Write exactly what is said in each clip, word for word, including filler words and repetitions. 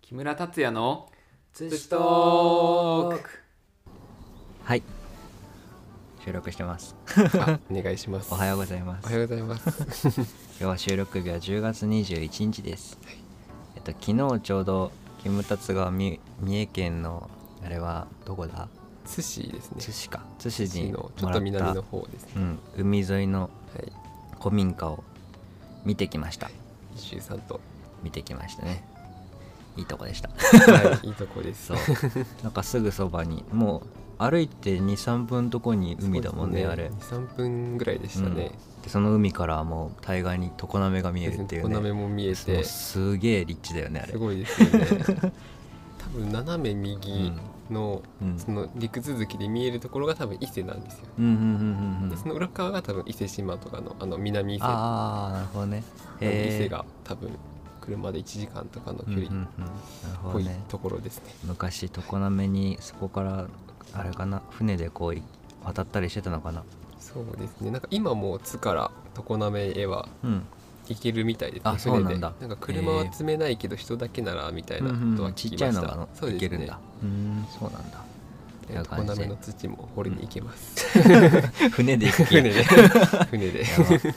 木村達也のツツチトーク。 はい、収録してますあお願いしますおはようございまおす。 はようございます今日は収録日はじゅうがつにじゅういちにちです、はい。えっと昨日ちょうどキムタツが三重県のあれはどこだ、 津市ですね。 津市か津市にものちょっらったと南の方ですね、 うん、海沿いのはい古民家を見てきました。 石井さんと見てきましたね。いいとこでしたはいいいとこですそうなんかすぐそばにもう歩いて にさんぷんとこに海だもんね。あれにさんぷんぐらいでしたね、 うん、でその海からもう対岸に常滑が見えるっていうね。 常滑も見えてすげえ立地だよねあれ。 すごいですよね多分斜め右の、 うん、 その陸続きで見えるところが多分伊勢なんですよ、 うんうんうんうんうん、 でその裏側が多分伊勢志摩とかのあの南伊勢、 ああなるほどね、 えー、伊勢が多分車でいちじかんとかの距離っぽいところですね、 うんうんうん、昔常滑にそこからあれかな船でこう渡ったりしてたのかな。 そうですね。なんか今も津から常滑へは行けるみたいですね、 うん、あそうなんだ。 なんか車は積めないけど人だけならみたいなことは聞きました、 ちっちゃいのがのそうですね、 行けるんだ。うん、そうなんだ。 常滑の土も掘りに行けます、 うん、船で行く船で船でそうですね。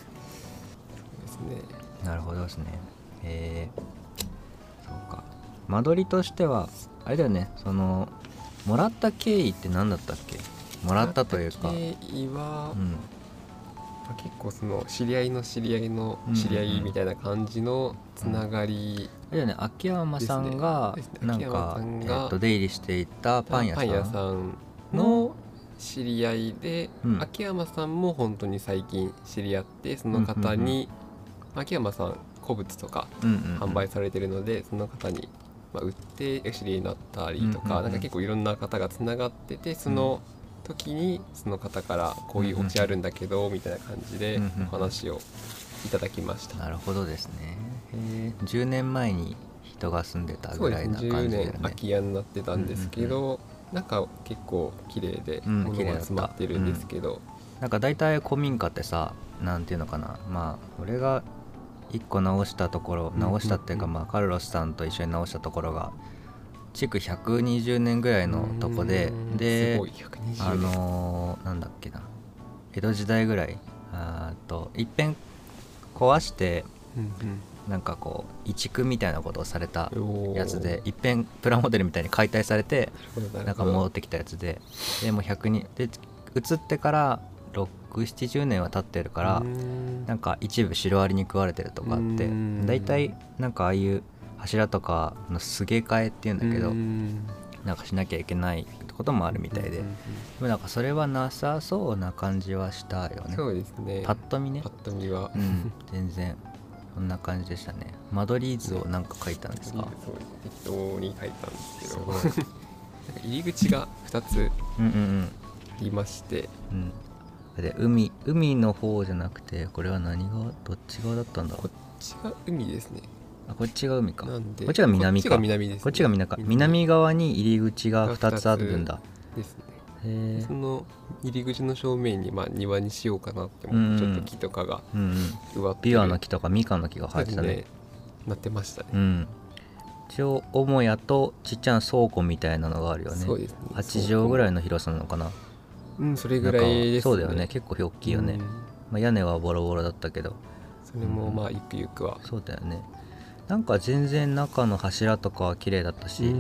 なるほどですね。へえ、そうか。間取りとしてはあれだよね、そのもらった経緯って何だったっけ。もらったというか経緯は、 うん、 まあ、結構その知り合いの知り合いの知り合いみたいな感じのつながり、 あれだよね、秋山さんがなんか、えー、と出入りしていたパン屋さんパン屋さんの知り合いで、うん、秋山さんも本当に最近知り合って、その方に、うんうんうん、秋山さん古物とか販売されてるので、うんうんうん、その方に、まあ、売って知り合いになったりとか、うんうんうん、なんか結構いろんな方がつながってて、その時にその方からこういうお家あるんだけど、うんうん、みたいな感じでお話をいただきました、 うんうんうん、なるほどですね。へじゅうねんまえに人が住んでたぐらいな感じだよね。 そうですね、じゅうねん空き家になってたんですけど、うんうんうん、なんか結構綺麗で物が詰まってるんですけど、うん、 なんか大体古民家ってさ、なんていうのかな、まあ俺がいっこ直したところ、直したっていうか、まあカルロスさんと一緒に直したところが築ひゃくにじゅうねんぐらいのとこで、であのー、なんだっけな、江戸時代ぐらいあといっぺん壊して、うんうん、なんかこう移築みたいなことをされたやつで、いっぺんプラモデルみたいに解体されてなんか戻ってきたやつで、でもひゃくにんで移ってからろくじゅう、ななじゅうねんは経ってるから、なんか一部シロアリに食われてるとかあって、だいたいなんかああいう柱とかのすげ替えっていうんだけど、なんかしなきゃいけないこともあるみたいで、でもなんかそれはなさそうな感じはしたよね。 そうですね、 パッと見ね、 パッと見は、 うん、全然そんな感じでしたね。間取り図をなんか書いたんですか。 そう適当に書いたんですけどなんか入り口がふたつありまして、 うんうんうん、で 海, 海の方じゃなくて、これは何側、どっち側だったんだろう。 こっちが海ですね。 あ、こっちが海か。 なんでこっちが南か。 こっちが南ですね。 こっちが南か。南側に入り口がふたつあるんだ。 ですね。 へその入り口の正面にまあ庭にしようかなって思って、ちょっと木とかが植わってる、 ビワの木とかみかんの木が生えてたね。 ね、なってましたね。 うん。一応母屋とちっちゃな倉庫みたいなのがあるよね。 そうですね。 はちじょうぐらいの広さなのかな。 うん、それぐらいですね。 そうだよね。結構大きいよね。まあ、屋根はボロボロだったけど。 それもまあゆくゆくは。 そうだよね。なんか全然中の柱とかは綺麗だったし、うん、うん、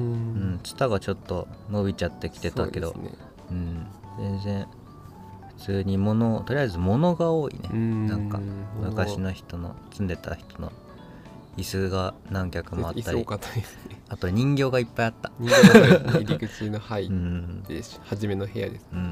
ツタがちょっと伸びちゃってきてたけど、う、ね、うん、全然普通に物、とりあえず物が多いね。んなんか昔の人の住んでた人の椅子が何脚もあったり、 ね、 あと人形がいっぱいあった。 人形が入り口の入って初めの部屋です。うんうんうん、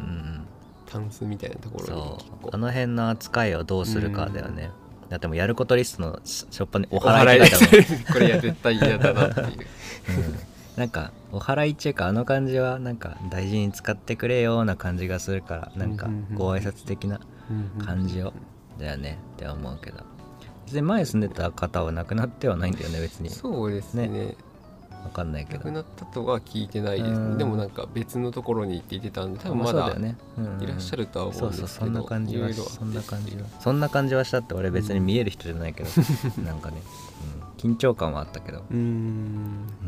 タンスみたいなところにそう、あの辺の扱いをどうするかだよね。だってもやることリストのしょっぱにお祓いって書いてあるもんこれや絶対嫌だなっていう、うん、 なんかお祓いっていうか、あの感じはなんか大事に使ってくれような感じがするから、なんかご挨拶的な感じをだよねって思うけど、で前住んでた方は亡くなってはないんだよね別に。 そうですね、ね、 分かんないけど亡くなったとは聞いてないですね。でもなんか別のところに行っていてたんで、多分まだいらっしゃるとは思うんですけど、 そうそう、そんな感じはそんな感じはそんな感じはしたって。俺別に見える人じゃないけど、うん、なんかね、うん、緊張感はあったけど、うん、うん、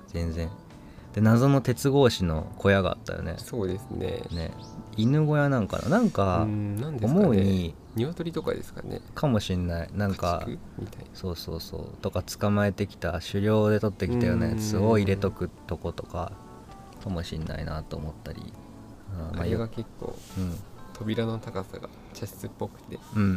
全然で謎の鉄格子の小屋があったよね。 そうですね。 ね、犬小屋なんかな、なんか思うに鶏とかですかね。 かもしんない。なんかそうそうそうとか捕まえてきた狩猟で取ってきたようなやつを入れとくとことかかもしんないなと思ったり、 あれが結構、うん、扉の高さが茶室っぽくて、うんうんうん、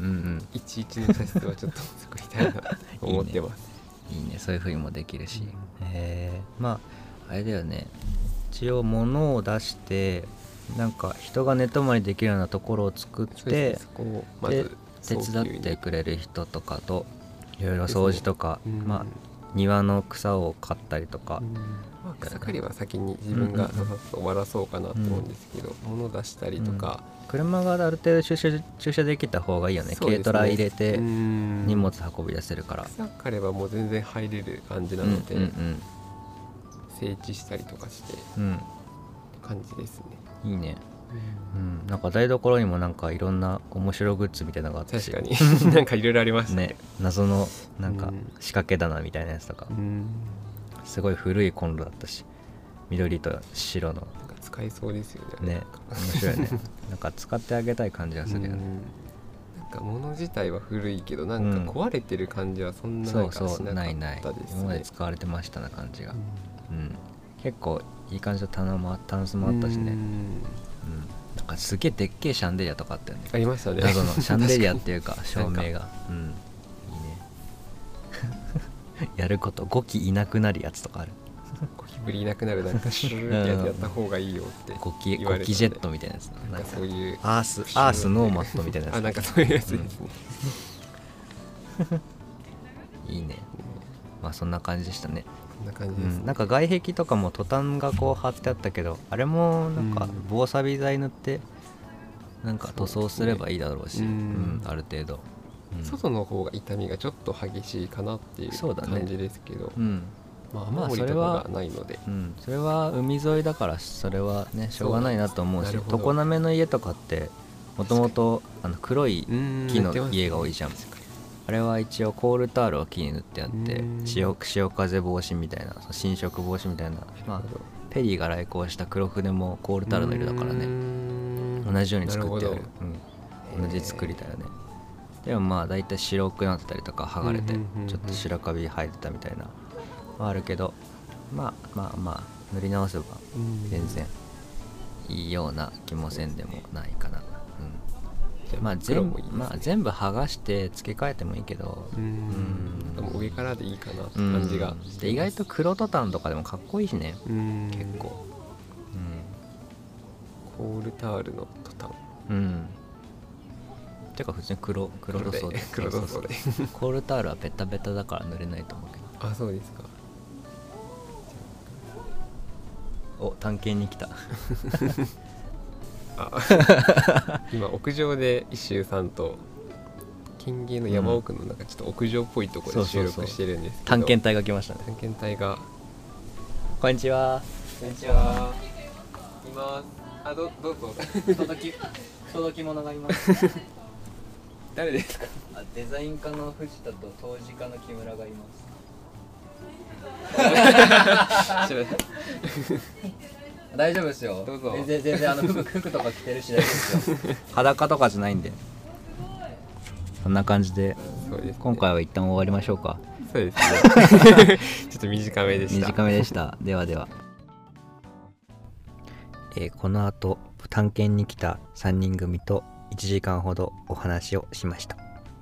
いちいちの茶室はちょっと作りたいなと思ってます。 いいね、いいね、そういう風にもできるし、うん、へー、まああれだよね、一応物を出してなんか人が寝泊まりできるようなところを作って、そこをまず手伝ってくれる人とかといろいろ掃除とか、うん、まあ庭の草を刈ったりとか、うんまあ、草刈りは先に自分がささっと終わらそうかなと思うんですけど、うん、物出したりとか、 うん、車がある程度駐車、駐車できた方がいいよね。軽トラ入れて荷物運び出せるから。 草刈ればもう全然入れる感じなので、うんうんうん、整地したりとかして、うん、感じですね。 いいね、うん、なんか台所にもなんかいろんな面白グッズみたいなのがあって、 確かになんかいろいろありました ね, ね謎のなんか仕掛け棚みたいなやつとか、うん、すごい古いコンロだったし、緑と白のなんか使いそうですよね。 ね、面白いねなんか使ってあげたい感じがするよね。 なんか物自体は古いけどなんか壊れてる感じはそんななんかしなかったですね。 そうそう、ないない、今まで使われてましたな感じが、うん、うん、結構いい感じの棚もタンスもあったしね、うん、なんかすげえでっけえシャンデリアとかあったよね。 ありましたね。 謎のシャンデリアっていうか照明がうん、いいねやることごきいなくなるやつとかある。 ゴキブリいなくなるなんかシューってやった方がいいよってゴキゴキジェットみたいなやつ、 なんかそういうアースアースノーマットみたいなやつあ、なんかそういうやつですね、 うん、いいね。まあそんな感じでしたね。 こんな感じですね、 うん、なんか外壁とかもトタンがこう貼ってあったけど、あれもなんか防錆剤塗ってなんか塗装すればいいだろうし、う、ね、うん、ある程度、 うん、外の方が傷みがちょっと激しいかなっていう感じですけど、ね、うん、まあ雨漏りとかがないので、 うん、それは海沿いだからそれはねしょうがないなと思うし、常滑の家とかってもともと黒い木の家が多いじゃん。あれは一応コールタールを木に塗ってあって、潮, 潮風防止みたいな、侵食防止みたいな、まあ、ペリーが来航した黒船もコールタールの色だからね、同じように作ってある、うん、同じ作りだよね。でもまあ大体白くなったりとか剥がれてちょっと白カビ生えてたみたいなはあるけど、まあまあまあ塗り直せば全然いいような気もせんでもないかな。うん、まあ全部、まあ全部剥がして付け替えてもいいけど、 うん、でも上からでいいかなって感じが、 で意外と黒トタンとかでもかっこいいしね、結構、 うん、コールタールのトタン、 うん、てか普通に黒黒塗装で黒塗装でコールタールはベタベタだから塗れないと思うけど。 あ、そうですか。 お、探検に来たあ今屋上で一周さんと県芸の山奥のなんかちょっと屋上っぽいところで収録してるんですけど、 探検隊が来ましたね。 探検隊がこんにちは。 こんにちは。います。あ、どどうぞ。 届き届き物がいます誰ですか？ あ、デザイン科の藤田と陶磁科の木村がいます。大丈夫ですよ。 どうぞ。 全然全然あの服服とか着てるし大丈夫ですよ。裸とかじゃないんで。こんな感じで、そうですね、今回は一旦終わりましょうか。 そうですね。ちょっと短めでした。 短めでした。ではでは。えー、この後探検に来たさんにん組といちじかんほどお話をしました。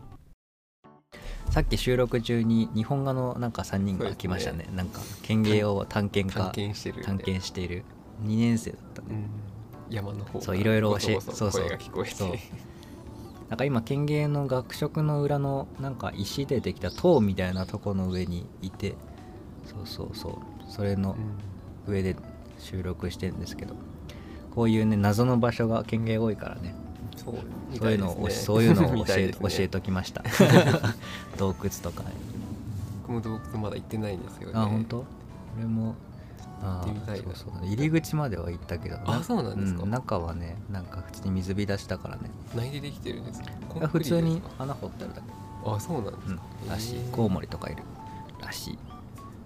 さっき収録中に日本画のなんかさんにんが来ました ね, ねなんか県芸を探検家探検してる、ね、 探検しているにねん生だったね、 うん、山の方そういろいろ教えそう声が聞こえて、 そうなんか今県芸の学食の裏のなんか石でできた塔みたいなとこの上にいて、そうそうそうそれの上で収録してるんですけど、こういうね謎の場所が県芸多いからね、 そう、 そういうのを、ね、そういうのを教え、ね、教えときました洞窟とか。 僕も洞窟まだ行ってないんですよね。 あ、本当？俺も行ってみたいな。 そうそう、入り口までは行ったけど、 あ、そうなんですか、 うん、中はねなんか普通に水浸しだからね。 何でできてるんですか？ いや普通に穴掘ってあるだけ。 あ、そうなんですか、 うん、らしい。コウモリとかいるらしい。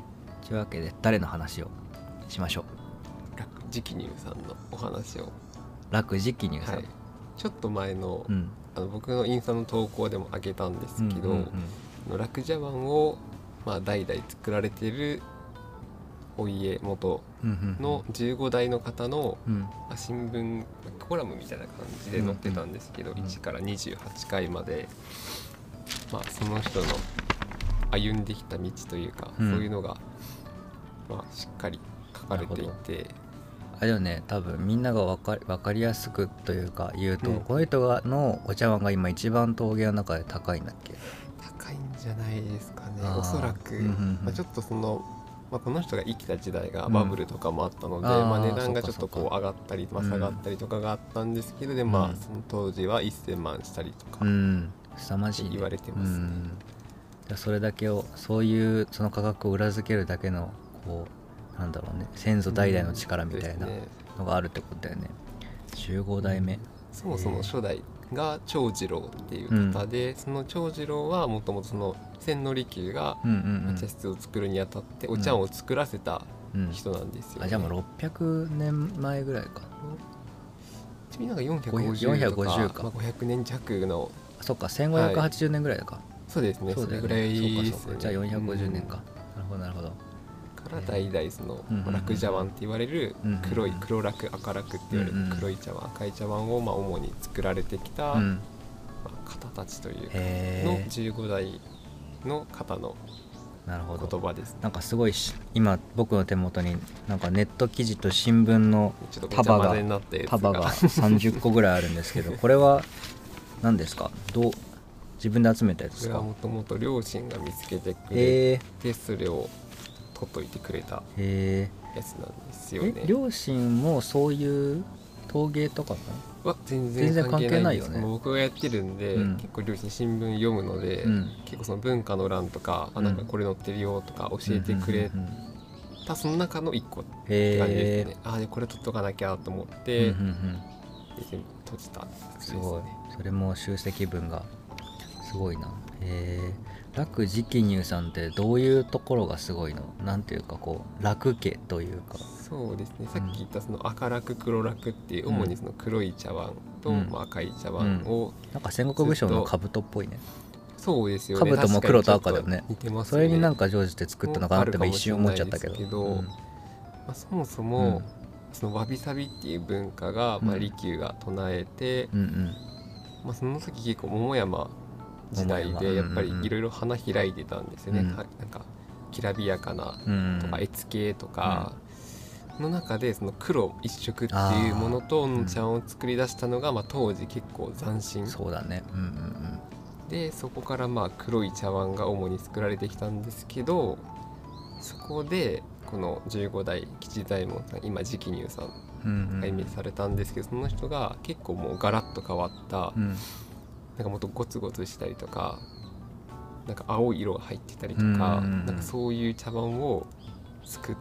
というわけで誰の話をしましょう。 楽直乳さんのお話を。 楽直乳さん、はい、 ちょっと前の、うん、あの僕のインスタの投稿でも上げたんですけど、うんうんうん、楽茶碗を、まあ、代々作られているお家元のじゅうご代の方の、うんまあ、新聞コラムみたいな感じで載ってたんですけど、うんうん、いちからにじゅうはちかいまで、まあ、その人の歩んできた道というか、うん、そういうのが、まあ、しっかり書かれていて、 あれよね、多分みんなが分かり、分かりやすくというか言うと、うん、この人がのお茶碗が今一番陶芸の中で高いんだっけ。 高いんじゃないですかね、おそらく、うんうんうんまあ、ちょっとその、まあ、この人が生きた時代がバブルとかもあったので、うんあまあ、値段がちょっとこう上がったり、まあ、下がったりとかがあったんですけど、うん、でまあその当時はせんまんしたりとか、うん、 凄まじい、ね、 言われてますね、 うん、それだけをそういうその価格を裏付けるだけのこうなんだろうね、先祖代々の力みたいなのがあるってことだよね、うん、じゅうご代目、うん、 そもそも初代が長次郎っていう方で、うん、その長次郎はもともとその千利休が茶室を作るにあたってお茶碗を作らせた人なんですよ、ねうんうん、 あじゃあもうろっぴゃくねんまえぐらいか。 ちなみになんかよんひゃくごじゅうとか、まあ、ごひゃくねん弱の、 あそっかせんごひゃくはちじゅうねんぐらいだか、はい、 そうですね、それぐらいですね。 じゃあよんひゃくごじゅうねんか、うん、なるほどなるほど。 から代々その楽茶碗って言われる黒い黒楽赤楽って言われる黒い茶碗赤い茶碗をまあ主に作られてきたまあ方たちというかのじゅうご代の方の言葉ですね。 なんかすごい今僕の手元になんかネット記事と新聞の束が束がさんじゅっこぐらいあるんですけどこれは何ですか。どう自分で集めたやつですか。 これはもともと両親が見つけてくれてそれを取っといてくれたやつなんですよね。 え両親もそういう陶芸とかは全然関係ないです。関係ないよね。僕がやってるんで、うん、結構両親新聞読むので、うん、結構その文化の欄とか、うん、あなんかこれ載ってるよとか教えてくれたその中の一個って感じですね。ああこれ取っとかなきゃと思って、うんうんうん、閉じたんですね。すごい。 それも集積分がすごいな。へえ。楽直乳さんってどういうところがすごいの？なんていうかこう楽家というか。 そうですね、さっき言ったその赤楽黒楽っていう主にその黒い茶碗と、うんまあ、赤い茶碗を、うん、 なんか戦国武将の兜っぽいね。 そうですよね。 兜も黒と赤だよね。似てますね。それになんか常時って作ったのかなって一瞬思っちゃったけど、けどうんまあ、そもそも、うん、そのわびさびっていう文化が、まあ、利休が唱えて、うんうんまあ、その時結構桃山時代でやっぱりいろいろ花開いてたんですよね、うん、なんかきらびやかなとか絵付けとかの中でその黒一色っていうものとの茶碗を作り出したのがまあ当時結構斬新そうだね、うんうんうん、 でそこからまあ黒い茶碗が主に作られてきたんですけどそこでこのじゅうご代吉左衛門さん今直乳さんがイメージされたんですけどその人が結構もうガラッと変わった、うんなんかもっとゴツゴツしたりとかなんか青い色が入ってたりとか、なんかそういう茶碗を作って、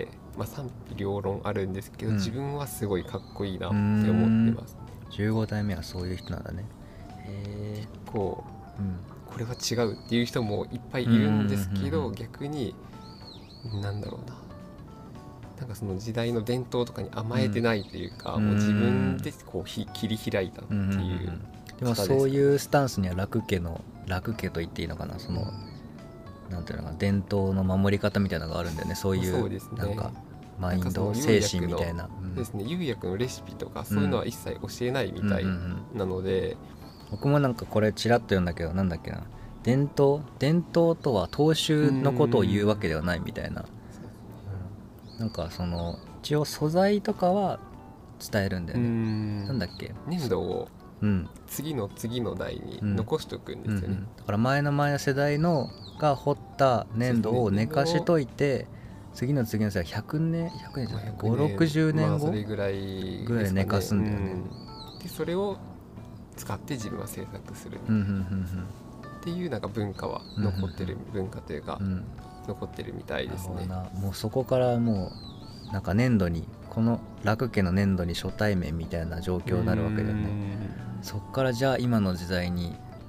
まあ、賛否両論あるんですけど、うん、自分はすごいかっこいいなって思ってます。 じゅうご代目はそういう人なんだね。 へーこう、うん、これは違うっていう人もいっぱいいるんですけど、逆になんだろうななんかその時代の伝統とかに甘えてないというか、うん、もう自分でこうひ切り開いたっていう、うんうんうんでもそういうスタンスには楽家の楽家と言っていいのかなそのなんていうのかな伝統の守り方みたいなのがあるんだよねそういうなんかマインド精神みたいなですね釉薬のレシピとかそういうのは一切教えないみたいなので僕もなんかこれちらっと読んだけどなんだっけな伝統伝統とは踏襲のことを言うわけではないみたいななんかその一応素材とかは伝えるんだよねなんだっけ粘土をうん、次の次の代に残しておくんですよね、うんうんうん、 だから前の前の世代のが掘った粘土を寝かしといて次の次の世代ひゃくねんひゃくねんじゃないごじゅうろくじゅうねんご、まあ、それぐらいぐらい寝かすんだよね、 うん、でそれを使って自分は制作する、うんうんうんうん、っていうなんか文化は残ってる、うんうん、文化というか、うん、残ってるみたいですね。 もうそこからもうなんか粘土にこの楽家の粘土に初対面みたいな状況になるわけだよね。そっからじゃあ今の時代に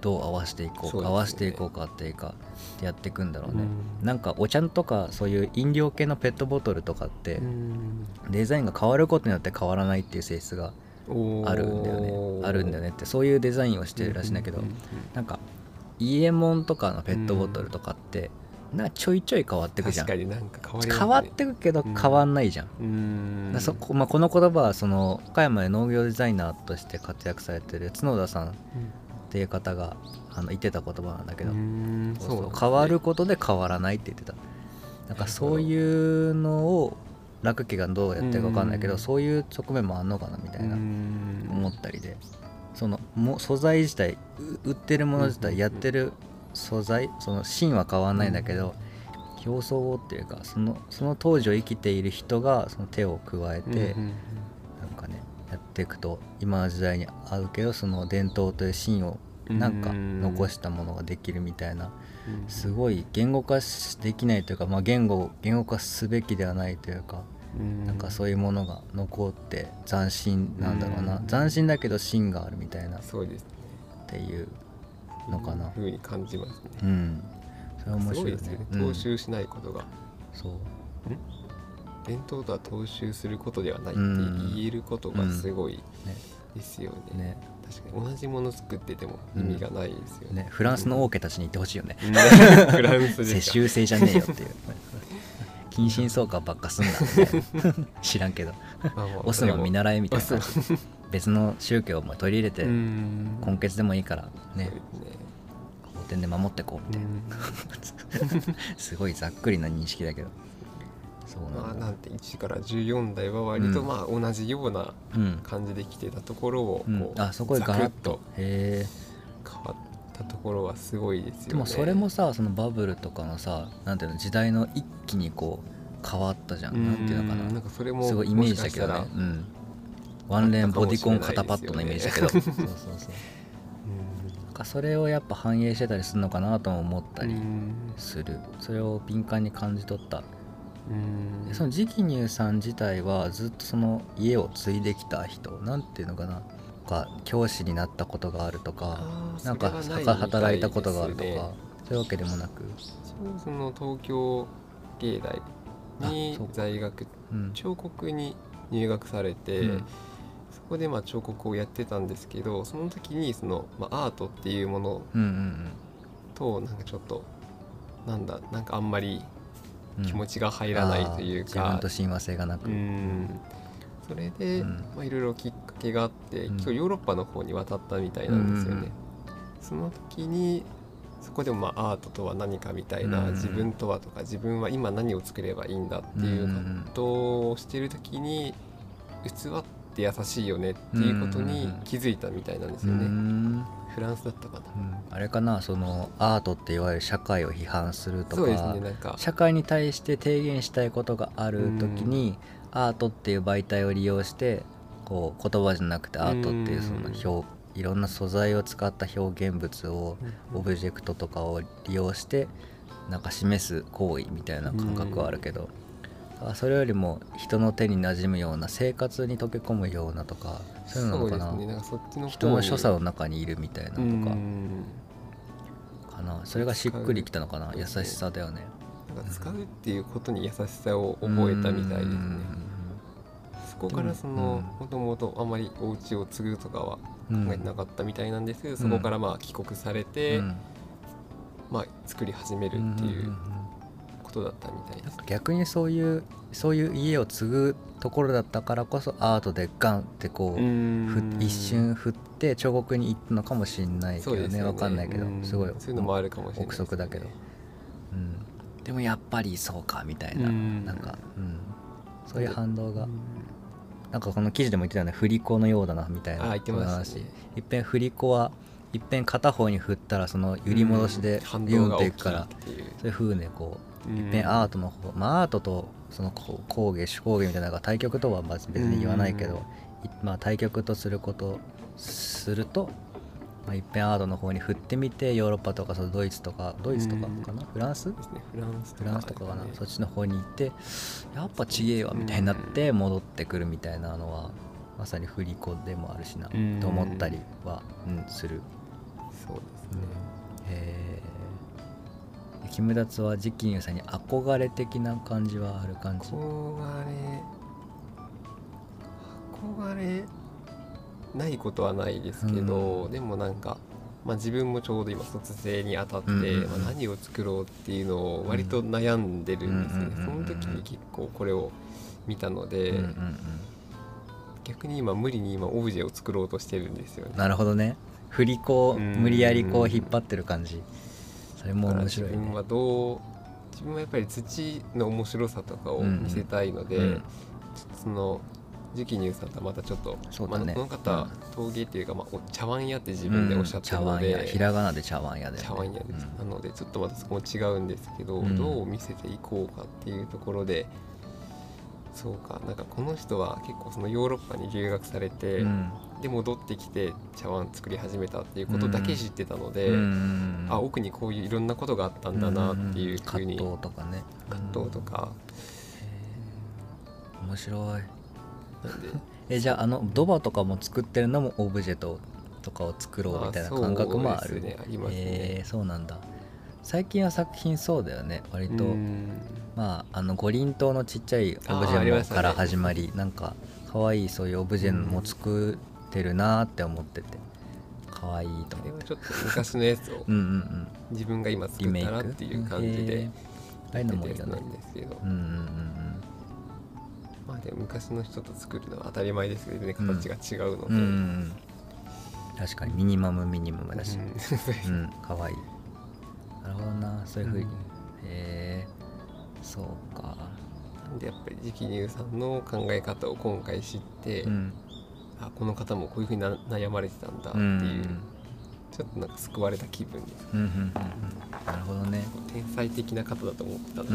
どう合わせていこうか、 そうですね、 合わせていこうかっていうかってやっていくんだろうね、 うん、 なんかお茶とかそういう飲料系のペットボトルとかって、 うん、 デザインが変わることによって変わらないっていう性質があるんだよねあるんだよねってそういうデザインをしてるらしいんだけど、うんうんうんうん、なんか伊右衛門とかのペットボトルとかって、うん、なんかちょいちょい変わってくじゃん。 確かになんか変わりますね、 変わってくけど変わんないじゃん、 うん、 だそこ、まあ、この言葉はその岡山で農業デザイナーとして活躍されてる角田さんっていう方があの言ってた言葉なんだけど、うん、そうそうそう、変わることで変わらないって言ってた。なんかそういうのを楽家がどうやってるか分かんないけど、そういう側面もあんのかなみたいな思ったりで、そのも素材自体売ってるもの自体やってる素材その芯は変わんないんだけど、表層っていうかそのその当時を生きている人がその手を加えてなんかねやっていくと今の時代に合うけどその伝統という芯をなんか残したものができるみたいな、すごい言語化できないというか、まあ、言語言語化すべきではないというか、なんかそういうものが残って斬新なんだろうな、斬新だけど芯があるみたいな、 そうですねっていうのかな、 ふうに感じますね。 うん、それは面白いね。 すごいですよね、踏襲しないことが、 うん、そう伝統とは踏襲することではないって言えることがすごいですよね。うんねね、確かに同じもの作ってても意味がないですよね。うん、ね、 フランスの王家たちに言ってほしいよね。 うん、フランスで世襲制じゃねえよっていう。近親相関ばっかすんなみたいな知らんけどオスの見習えみたいな別の宗教も取り入れて根血でもいいからね法典で守ってこうみたいなすごいざっくりな認識だけど、 そうなんだ、まあ、なんていちからじゅうよん代は割とまあ同じような感じで来てたところをこう、うんうん、 あそこでガラッと変わったところはすごいですよね。 でもそれもさそのバブルとかのさなんていうの時代の一気にこう変わったじゃん。なんていうのかな、 なんかそれもすごいイメージだけどね、うん、ワンレンボディコン肩パッドのイメージだけどそうそうそうなんかそれをやっぱ反映してたりするのかなとも思ったりする。それを敏感に感じ取った。うんその直乳さん自体はずっとその家を継いできた人なんていうのかなか教師になったことがあるとかなんか働いたことがあるとかそういうわけでもなくその東京芸大に在学、うん、彫刻に入学されて、うん、そこでまあ彫刻をやってたんですけどその時にその、まあ、アートっていうものとなんかちょっとなんだなんかあんまり気持ちが入らないというか、 うん、自分と親和性がなく、 うんそれでいろいろきっかけがあって、うん、今日ヨーロッパの方に渡ったみたいなんですよね、うん、その時にそこでもまあアートとは何かみたいな、うん、自分とはとか自分は今何を作ればいいんだっていうことをしている時に器って優しいよねっていうことに気づいたみたいなんですよね、うん、フランスだったかな、 うん、あれかなそのアートっていわゆる社会を批判するとか、 そうですね、なんか社会に対して提言したいことがある時に、うん、アートっていう媒体を利用してこう言葉じゃなくてアートっていうその表、うん、いろんな素材を使った表現物を、うん、オブジェクトとかを利用してなんか示す行為みたいな感覚はあるけど、うん、それよりも人の手に馴染むような生活に溶け込むようなとかそういうのかな、 そうですね、なんかそっちの人の所作の中にいるみたいなとか、うん、かなそれがしっくりきたのかな優しさだよね。 なんか使うっていうことに優しさを覚えたみたいですね。そこからそのもともとあまりお家を継ぐとかは考えてなかったみたいなんですけど、うん、そこからまあ帰国されて、うん、まあ作り始めるっていうことだったみたいです。 逆にそういうそういう家を継ぐところだったからこそアートでガンってこう一瞬振って彫刻に行ったのかもしれないけど ね, ね分かんないけどすごいそういうのもあるかもしれない、ね、 憶測だけど、うん、でもやっぱりそうかみたいな、なんか、うん、そういう反動がなんかこの記事でも言ってたよね振り子のようだなみたいな話、ね、いっぺん振り子はいっぺん片方に振ったらその揺り戻しでビュンっていくからそういう風ねこういっぺんアートの方まあアートとその工芸手工芸みたいなのが対極とは別に言わないけどまあ対極とすることするとまあ、いっぺんアートの方に振ってみてヨーロッパとかそのドイツとかドイツとかかなフランスですねフランスフランスとかかな、ね、そっちの方に行ってやっぱちげえわみたいになって戻ってくるみたいなのはまさに振り子でもあるしなと思ったりは、うん、する。 そうですね、 うん、へえ。キムタツはジキニューさんに憧れ的な感じはある感じ？ 憧れ憧れないことはないですけど、うん、でもなんか、まあ、自分もちょうど今卒生にあたって、うんうんうん、まあ、何を作ろうっていうのを割と悩んでるんですね、うんうんうんうん、その時に結構これを見たので、うんうんうん、逆に今無理に今オブジェを作ろうとしてるんですよね。 なるほどね。振り子を無理やりこう引っ張ってる感じ。それも面白いね。 自分はどう自分はやっぱり土の面白さとかを見せたいので、うんうん、そのジキニューさんとはまたちょっと、 そうだね、 まあ、この方、うん、陶芸っていうか、まあ、茶碗屋って自分でおっしゃってるので、 うん、ひらがなで茶碗屋で、ね、 茶碗屋です、うん、なのでちょっとまたそこも違うんですけど、うん、どう見せていこうかっていうところで、そうか、なんかこの人は結構そのヨーロッパに留学されて、うん、で戻ってきて茶碗作り始めたっていうことだけ知ってたので、うん、あ、奥にこういういろんなことがあったんだなっていうふうに、 葛藤とかね、 葛藤とか、 うん、面白い。なんでえじゃああのドバとかも作ってるのもオブジェととかを作ろうみたいな感覚もある？ そうですね、ありますね。 えー、そうなんだ。最近は作品そうだよね、割と。まああの五輪塔のちっちゃいオブジェもから始まり、ね、なんか可愛いそういうオブジェも作ってるなって思ってて、可愛いと思って。 あれはちょっと昔のやつを自分が今作ったらっていう感じでああいうのもいいよね。 なんですけど、うんうんうんうん、まあでも昔の人と作るのは当たり前ですけどね、形が違うので、うんうんうん、 確かにミニマムミニマムだし、うん、うん、かわいい。なるほどな、そういうふうに、うん、へえ、そうか。 なんでやっぱりジキニューさんの考え方を今回知って、うん、あ、この方もこういうふうにな悩まれてたんだっていう、うん、ちょっとなんか救われた気分です、 うんうんうんうん、なるほどね。 天才的な方だと思ってたので、うん、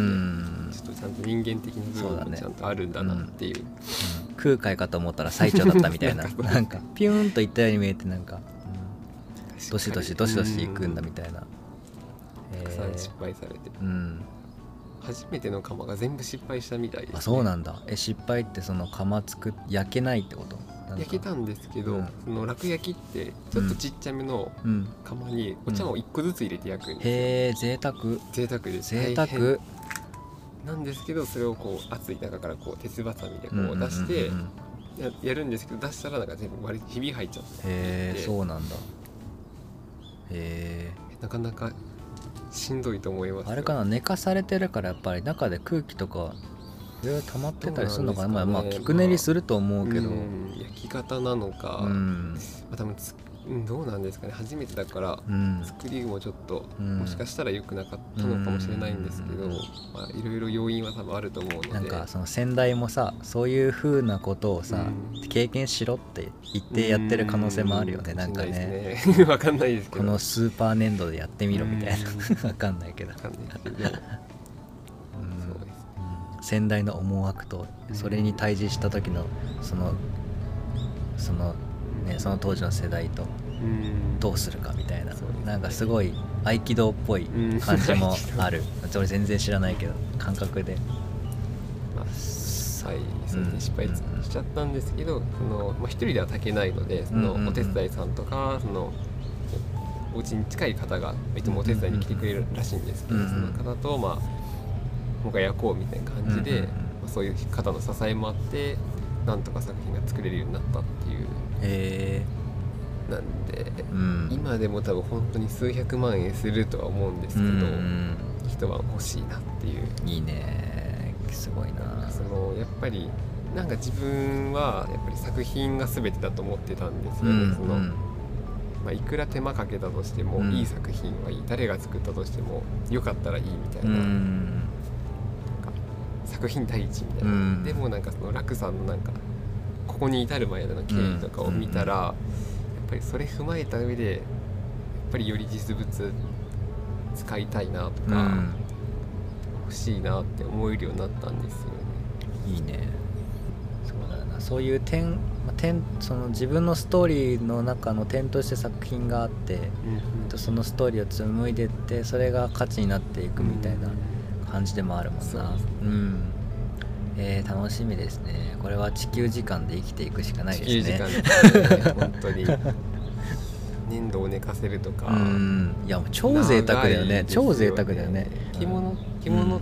ちょっとちゃんと人間的な部分もちゃんとあるんだなっていう、 うんうん、空海かと思ったら最澄だったみたいななんかピューンといったように見えて、なんか、うん、どしどしどしどしいくんだみたいな、 たくさん失敗されて、うん、初めての窯が全部失敗したみたいです、ね、 あ、そうなんだ。え、失敗ってその窯作っ焼けないってこと？ 焼けたんですけど、うん、その楽焼きってちょっとちっちゃめの窯にお茶碗をいっこずつ入れて焼くんですよ、うん、 へえ、贅沢贅沢です。 贅沢なんですけど、それをこう熱い中からこう鉄ばさみでこう出して や, やるんですけど、出したらなんか全部割りひび入っちゃって、 へえ、そうなんだ。へえ、 なかなかしんどいと思いますよ。 あれかな、寝かされてるからやっぱり中で空気とかいろいろ溜まってたりするのかな。まあまあ菊練りすると思うけど、まあ、 焼き方なのか、うん、まあ、多分つどうなんですかね、初めてだから、うん、作りもちょっと、うん、もしかしたら良くなかったのかもしれないんですけど、うん、まあ、いろいろ要因は多分あると思うので、 なんかその先代もさ、そういう風なことをさ、うん、経験しろって言ってやってる可能性もあるよね、うん、なんかね、 わかんないですけど、 このスーパー粘土でやってみろみたいなわかんないけど、わかんないけど先代の思惑とそれに対峙した時のそのそのね、その当時の世代とどうするかみたいな、なんかすごい合気道っぽい感じもある。俺全然知らないけど感覚で、 まあ、はい、そうですね、失敗しちゃったんですけど、その、まあ、一人では炊けないので、そのお手伝いさんとか、そのお家に近い方がいつもお手伝いに来てくれるらしいんですけど、その方とまあもう一回焼こうみたいな感じで、うんうんうん、まあ、そういう方の支えもあってなんとか作品が作れるようになったっていう。 へー、なんで、うん、今でも多分本当に数百万円するとは思うんですけど、うんうん、一晩欲しいなっていう。 いいね、すごいな。 そのやっぱりなんか自分はやっぱり作品が全てだと思ってたんですよね、うんうん、そのまあ、いくら手間かけたとしても、うん、いい作品はいい、誰が作ったとしてもよかったらいいみたいな、うん、作品第一みたいな、うん、でもなんかその楽さんのなんかここに至るまでの経緯とかを見たら、うんうんうん、やっぱりそれ踏まえた上でやっぱりより実物使いたいなとか、うん、欲しいなって思えるようになったんですよね。 いいね。そうだな、そういう点、点その自分のストーリーの中の点として作品があって、うんうん、そのストーリーを紡いでいってそれが価値になっていくみたいな感じでもあるもんな。うん、えー、楽しみですね。これは地球時間で生きていくしかないですね。 地球時間ですね本当にね、 粘土を寝かせるとか、 うん、いやもう超贅沢だよね、超贅沢だよね。 着物着物って、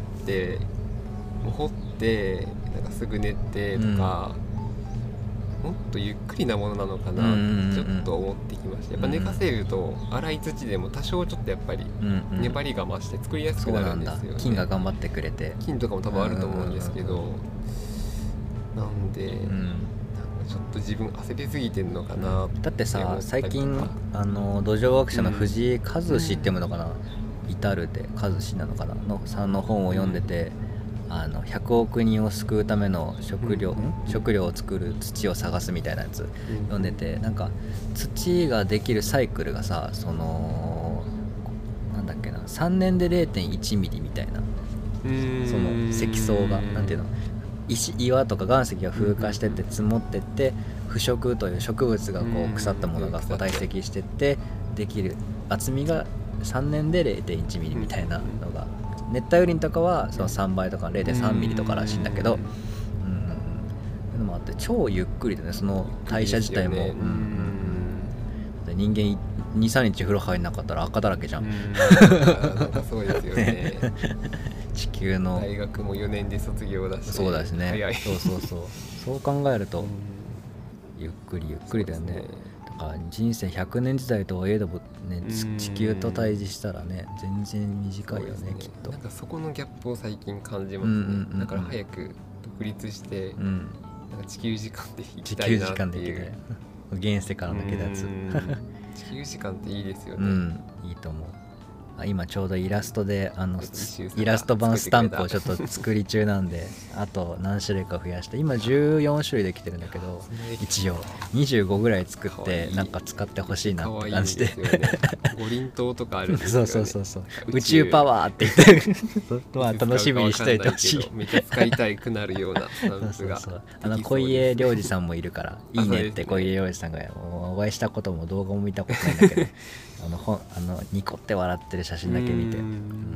もう掘ってなんかすぐ寝てとか、もっとゆっくりなものなのかなってちょっと思ってきました。やっぱ寝かせると粗い土でも多少ちょっとやっぱり粘りが増して作りやすくなるんですよね。そうなんだ、 菌が頑張ってくれて、 菌とかも多分あると思うんですけど、なんで、うん、ちょっと自分焦りすぎてんのかなって。 だってさ、最近あの土壌学者の藤井和志っていうのかな、うん、至るで和志なのかなのさんの本を読んでて、うん、あのひゃくおく人を救うための食料、うん、食料を作る土を探すみたいなやつ、うん、読んでて、なんか土ができるサイクルがさ、そのなんだっけな、さんねんで れいてんいちミリみたいな、その積層がなんていうの、石岩とか岩石が風化してって積もってって、腐植という植物がこう腐ったものがこう堆積してってできる厚みがさんねんで れいてんいちミリみたいなのが、熱帯雨林とかはそのさんばいとか れいてんさんミリとからしいんだけど、うん、そういうのもあって超ゆっくりだね、その代謝自体も、うんうん、人間にさんにち風呂入んなかったら赤だらけじゃん。 なんかそうですよね。 地球の大学もよねんで卒業だし、 そうですね、 早い。 そうそうそうそう考えるとゆっくりゆっくりだよね。だから人生ひゃくねん時代とはいえどもね、地球と対峙したらね全然短いよ ね, ねきっと。 なんかそこのギャップを最近感じますね、うんうんうんうん、だから早く独立して、うん、なんか地球時間で生きたいなっていう。地球時間で生きたい現世から抜けたやつ。 地球時間っていいですよね、 うん、いいと思う。あ、今ちょうどイラストであのイラスト版スタンプをちょっと作り中なんであと何種類か増やして、今じゅうよんしゅるいできてるんだけど、一応にじゅうごぐらい作ってなんか使ってほしいなって感じで、 五輪塔とかあるんですよね。 そうそうそうそう、宇宙パワーって言ってまあ楽しみにしておいてほしい。 めっちゃ使いたくなるようなスタンプが。そうそうそう、 あの小家良二さんもいるからいいねって小家良二さんがお会いしたことも動画も見たことないんだけどあの本あのニコって笑ってる写真だけ見て、うん、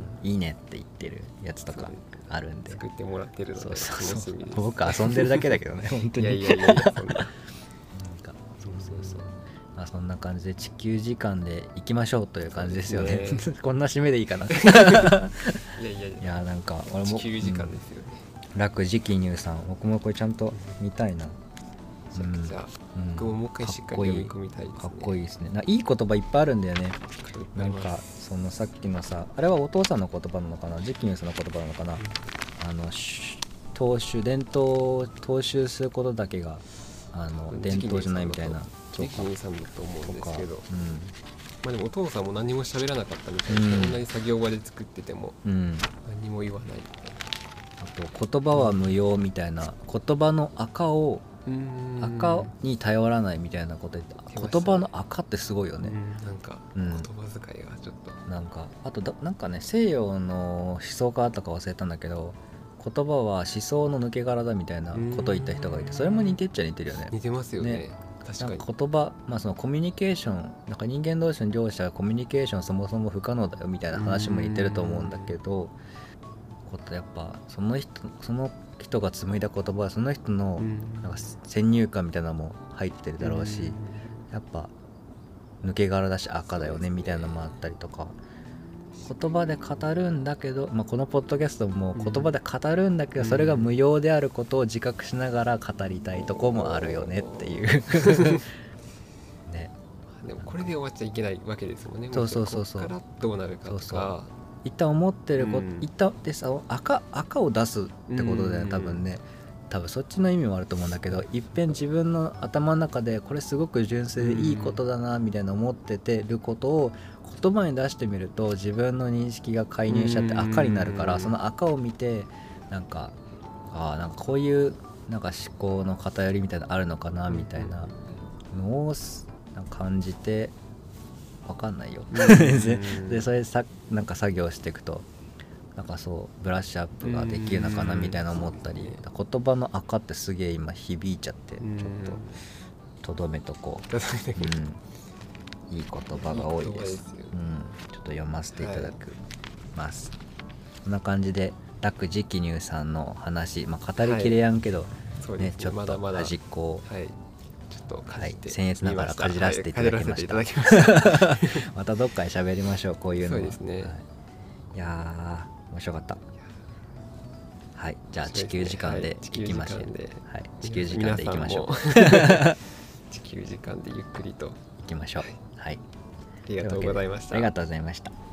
いいねって言ってるやつとかあるんで作ってもらってるので楽しみです。 僕遊んでるだけだけどね本当に。 いやいやいやいや、そんななんかそうそうそう、まあ、そんな感じで地球時間で行きましょうという感じですよね。こんな締めでいいかな。いやいやいや、 いやなんか俺も地球時間ですよね、 うん、楽直乳さん、僕もこれちゃんと見たいな。 じゃあ、うん、僕ももう一回しっかり読み込みたいですね。 かっこいいですね。いい言葉いっぱいあるんだよね。なんかそのさっきのさ、あれはお父さんの言葉なのかな、直乳さんの言葉なのかな、あの踏襲伝統を踏襲することだけがあの伝統じゃないみたいな。 直乳さんだと思うんですけど、うん、まあでもお父さんも何も喋らなかったみたいな、うん、同じ作業場で作ってても何も言わないみたいな、 あと言葉は無用みたいな、言葉の赤を赤に頼らないみたいなこと言って、言葉の赤ってすごいよね。 うん、なんか言葉遣いがちょっと、 うん、なんかあとだなんかね、西洋の思想家だったか忘れたんだけど、言葉は思想の抜け殻だみたいなことを言った人がいて、それも似てっちゃ似てるよね。 似てますよね。ね、 確かに。なんか言葉、まあそのコミュニケーション、なんか人間同士の両者はコミュニケーションそもそも不可能だよみたいな話も似てると思うんだけど、ことやっぱその人その人が紡いだ言葉はその人のなんか先入観みたいなのも入ってるだろうし、やっぱ抜け殻だし赤だよねみたいなのもあったりとか、言葉で語るんだけど、まあ、このポッドキャストも言葉で語るんだけど、それが無用であることを自覚しながら語りたいとこもあるよねっていうね。 でもこれで終わっちゃいけないわけですもんね。 そうそうそうそう。 ここからどうなるかとか、そうそう一旦思ってること、うん、一旦でさ 赤, 赤を出すってことだよ多分ね。多分そっちの意味もあると思うんだけど、いっぺん自分の頭の中でこれすごく純粋でいいことだなみたいな思っててることを言葉に出してみると、自分の認識が介入しちゃって赤になるから、その赤を見てなんかあなんかこういうなんか思考の偏りみたいなのあるのかなみたいなのをなんか感じて、分かんないよでそれさなんか作業していくとなんかそうブラッシュアップができるのかなみたいな思ったり、言葉の赤ってすげえ今響いちゃって、ちょっととどめとこう、うん、いい言葉が多いです。うん、ちょっと読ませていただくます、はい、こんな感じで楽直乳さんの話、まあ、語りきれやんけど、はいね、ちょっと端っこをちょっとかじって、 はい、僭越ながらかじらせていただきました、 はい、かじらせていただきましたまたどっかで喋りましょうこういうのは。 そうですね、 はい、いやー面白かった。はい、じゃあ地球時間でいきましょう。はい、地球時間でいきましょう。 地球時間でゆっくりといきましょう。はい、 ありがとうございました。 ありがとうございました。